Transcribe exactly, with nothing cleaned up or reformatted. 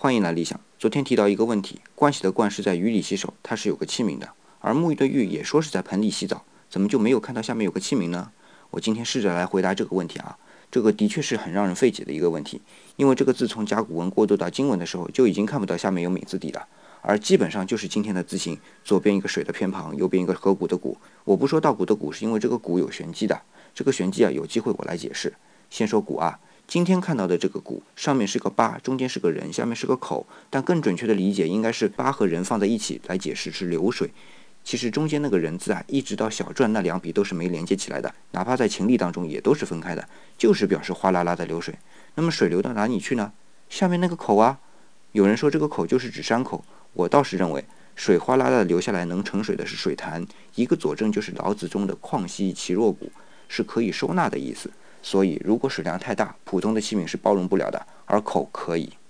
欢迎来理想。昨天提到一个问题，盥洗的盥是在鱼里洗手，它是有个器皿的，而沐浴的浴也说是在盆里洗澡，怎么就没有看到下面有个器皿呢？我今天试着来回答这个问题啊，这个的确是很让人费解的一个问题，因为这个字从甲骨文过渡到金文的时候，就已经看不到下面有皿字底了，而基本上就是今天的字形，左边一个水的偏旁，右边一个河谷的谷。我不说稻谷的谷，是因为这个谷有玄机的，这个玄机啊，有机会我来解释。先说谷啊。今天看到的这个谷，上面是个八，中间是个人，下面是个口，但更准确的理解应该是八和人放在一起来解释是流水。其实中间那个人字啊，一直到小篆那两笔都是没连接起来的，哪怕在秦隶当中也都是分开的，就是表示哗啦啦的流水。那么水流到哪里去呢？下面那个口啊，有人说这个口就是指山口，我倒是认为水哗啦啦的流下来能盛水的是水潭，一个佐证就是老子中的况兮其若谷，是可以收纳的意思。所以如果水量太大，普通的器皿是包容不了的，而口可以。